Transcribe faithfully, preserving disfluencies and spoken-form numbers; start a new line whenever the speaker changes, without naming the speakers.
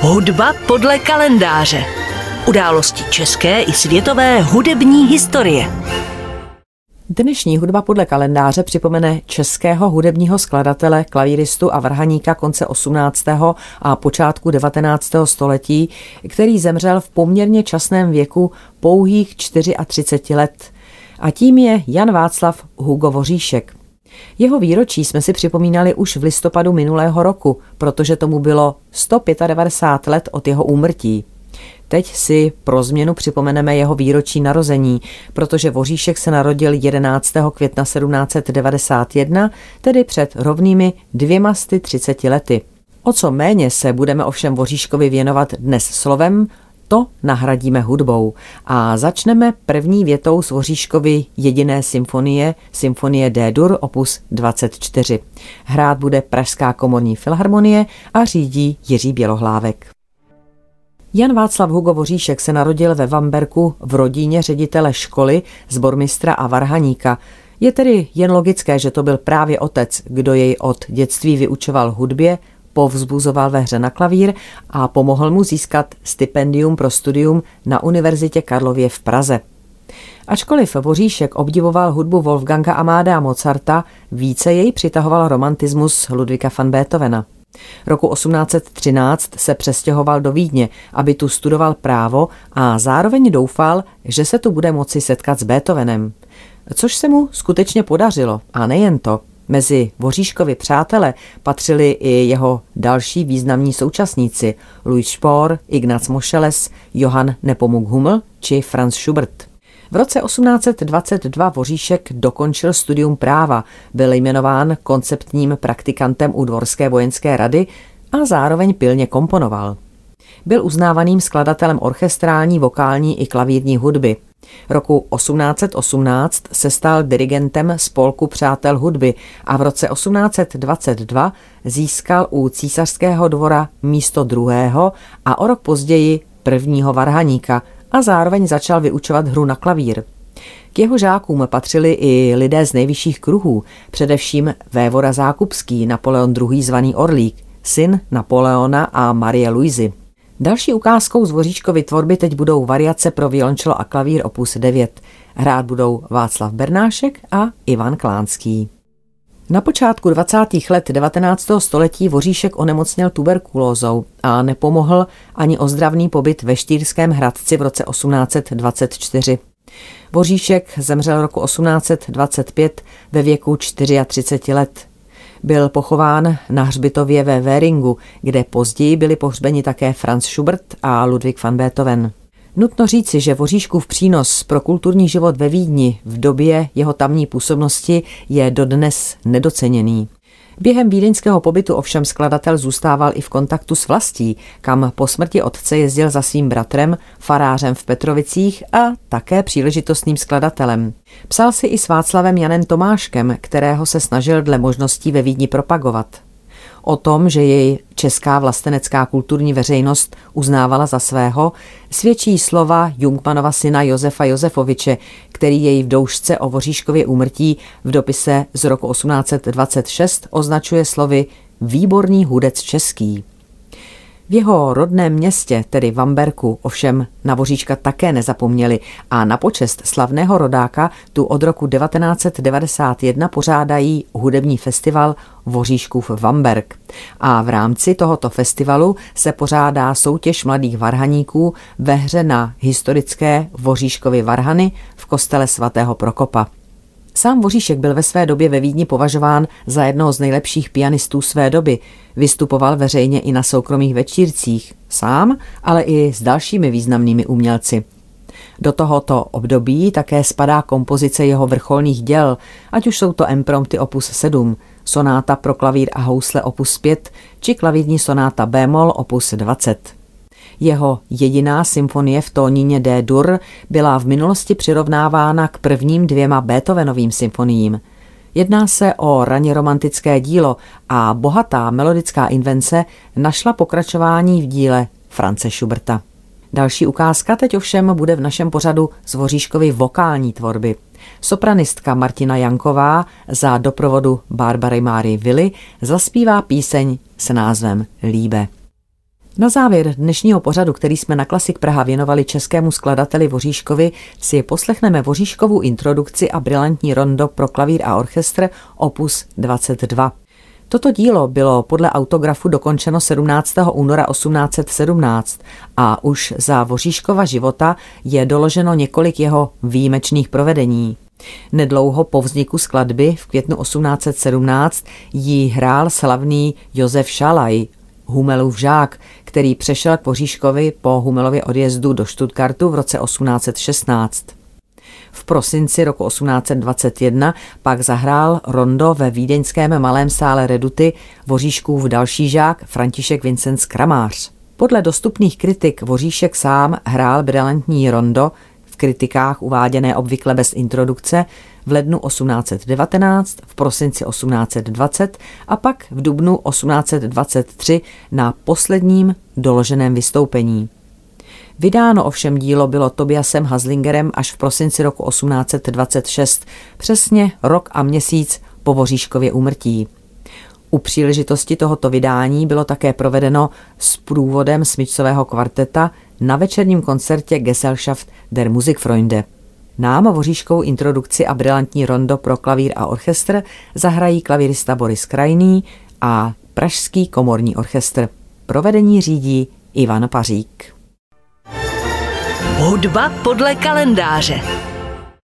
Hudba podle kalendáře. Události české i světové hudební historie.
Dnešní Hudba podle kalendáře připomene českého hudebního skladatele, klavíristu a varhaníka konce osmnáctého a počátku devatenáctého století, který zemřel v poměrně časném věku pouhých třiceti čtyři let. A tím je Jan Václav Hugo Voříšek. Jeho výročí jsme si připomínali už v listopadu minulého roku, protože tomu bylo sto devadesát pět let od jeho úmrtí. Teď si pro změnu připomeneme jeho výročí narození, protože Voříšek se narodil jedenáctého května sedmnáct set devadesát jedna, tedy před rovnými dvěma sty třiceti lety. O co méně se budeme ovšem Voříškovi věnovat dnes slovem, to nahradíme hudbou a začneme první větou z Voříškovy jediné symfonie, symfonie D-dur opus dvacet čtyři. Hrát bude Pražská komorní filharmonie a řídí Jiří Bělohlávek. Jan Václav Hugo Voříšek se narodil ve Vamberku v rodině ředitele školy, sbormistra a varhaníka. Je tedy jen logické, že to byl právě otec, kdo jej od dětství vyučoval hudbě, povzbuzoval ve hře na klavír a pomohl mu získat stipendium pro studium na Univerzitě Karlově v Praze. Ačkoliv Voříšek obdivoval hudbu Wolfganga Amadea Mozarta, více jej přitahoval romantismus Ludwiga van Beethovena. Roku osmnáct set třináct se přestěhoval do Vídně, aby tu studoval právo a zároveň doufal, že se tu bude moci setkat s Beethovenem. Což se mu skutečně podařilo, a nejen to. Mezi Voříškovi přátele patřili i jeho další významní současníci Louis Spohr, Ignác Moscheles, Johann Nepomuk Hummel či Franz Schubert. V roce osmnáct set dvacet dva Voříšek dokončil studium práva, byl jmenován konceptním praktikantem u Dvorské vojenské rady a zároveň pilně komponoval. Byl uznávaným skladatelem orchestrální, vokální i klavírní hudby. Roku osmnáct set osmnáct se stal dirigentem Spolku přátel hudby a v roce osmnáct set dvacet dva získal u císařského dvora místo druhého a o rok později prvního varhaníka a zároveň začal vyučovat hru na klavír. K jeho žákům patřili i lidé z nejvyšších kruhů, především vévoda Zákupský, Napoleon druhý. Zvaný Orlík, syn Napoleona a Marie Luizy. Další ukázkou z Voříškovy tvorby teď budou variace pro violončelo a klavír opus devět. Hrát budou Václav Bernášek a Ivan Klánský. Na počátku dvacátých let devatenáctého století Voříšek onemocněl tuberkulózou a nepomohl ani ozdravný pobyt ve Štýrském Hradci v roce osmnáct set dvacet čtyři. Voříšek zemřel roku osmnáct set dvacet pět ve věku třiceti čtyři let. Byl pochován na hřbitově ve Währingu, kde později byli pohřbeni také Franz Schubert a Ludwig van Beethoven. Nutno říci, že Voříškův přínos pro kulturní život ve Vídni v době jeho tamní působnosti je dodnes nedoceněný. Během vídeňského pobytu ovšem skladatel zůstával i v kontaktu s vlastí, kam po smrti otce jezdil za svým bratrem, farářem v Petrovicích a také příležitostným skladatelem. Psal si i s Václavem Janem Tomáškem, kterého se snažil dle možností ve Vídni propagovat. O tom, že jej česká vlastenecká kulturní veřejnost uznávala za svého, svědčí slova Jungmannova syna Josefa Josefoviče, který jej v doušce o Voříškově úmrtí v dopise z roku osmnáct set dvacet šest označuje slovy výborný hudec český. V jeho rodném městě, tedy Vamberku, ovšem na Voříška také nezapomněli a na počest slavného rodáka tu od roku devatenáct set devadesát jedna pořádají hudební festival Voříškův Vamberk. A v rámci tohoto festivalu se pořádá soutěž mladých varhaníků ve hře na historické Voříškovy varhany v kostele svatého Prokopa. Sám Voříšek byl ve své době ve Vídni považován za jednoho z nejlepších pianistů své doby. Vystupoval veřejně i na soukromých večírcích, sám, ale i s dalšími významnými umělci. Do tohoto období také spadá kompozice jeho vrcholných děl, ať už jsou to imprompty opus sedm, sonáta pro klavír a housle opus pět či klavírní sonáta bémol opus dvacet. Jeho jediná symfonie v tónině D-dur byla v minulosti přirovnávána k prvním dvěma Beethovenovým symfoniím. Jedná se o raně romantické dílo a bohatá melodická invence našla pokračování v díle Franze Schuberta. Další ukázka teď ovšem bude v našem pořadu z Voříškovy vokální tvorby. Sopranistka Martina Janková za doprovodu Barbary Máry Willy zaspívá píseň s názvem Líbe. Na závěr dnešního pořadu, který jsme na Klasik Praha věnovali českému skladateli Voříškovi, si poslechneme Voříškovu introdukci a brilantní rondo pro klavír a orchestr opus dvacet dva. Toto dílo bylo podle autografu dokončeno sedmnáctého února osmnáct set sedmnáct a už za Voříškova života je doloženo několik jeho výjimečných provedení. Nedlouho po vzniku skladby v květnu osmnáct set sedmnáct ji hrál slavný Josef Šalaj, Humelův žák, který přešel k Voříškovi po Humelově odjezdu do Stuttgartu v roce osmnáct set šestnáct. V prosinci roku osmnáct set dvacet jedna pak zahrál rondo ve vídeňském malém sále Reduty Voříškův další žák František Vincenc Kramář. Podle dostupných kritik Voříšek sám hrál brilantní rondo, v kritikách uváděné obvykle bez introdukce, v lednu osmnáct set devatenáct, v prosinci osmnáct set dvacet a pak v dubnu osmnáct set dvacet tři na posledním doloženém vystoupení. Vydáno ovšem dílo bylo Tobiasem Haslingerem až v prosinci roku osmnáct set dvacet šest, přesně rok a měsíc po Voříškově úmrtí. U příležitosti tohoto vydání bylo také provedeno s průvodem smyčcového kvarteta na večerním koncertě Gesellschaft der Musikfreunde. Nám Voříškovou introdukci a brilantní rondo pro klavír a orchestr zahrají klavírista Boris Krajný a Pražský komorní orchestr. Provedení řídí Ivan Pařík.
Hudba podle kalendáře.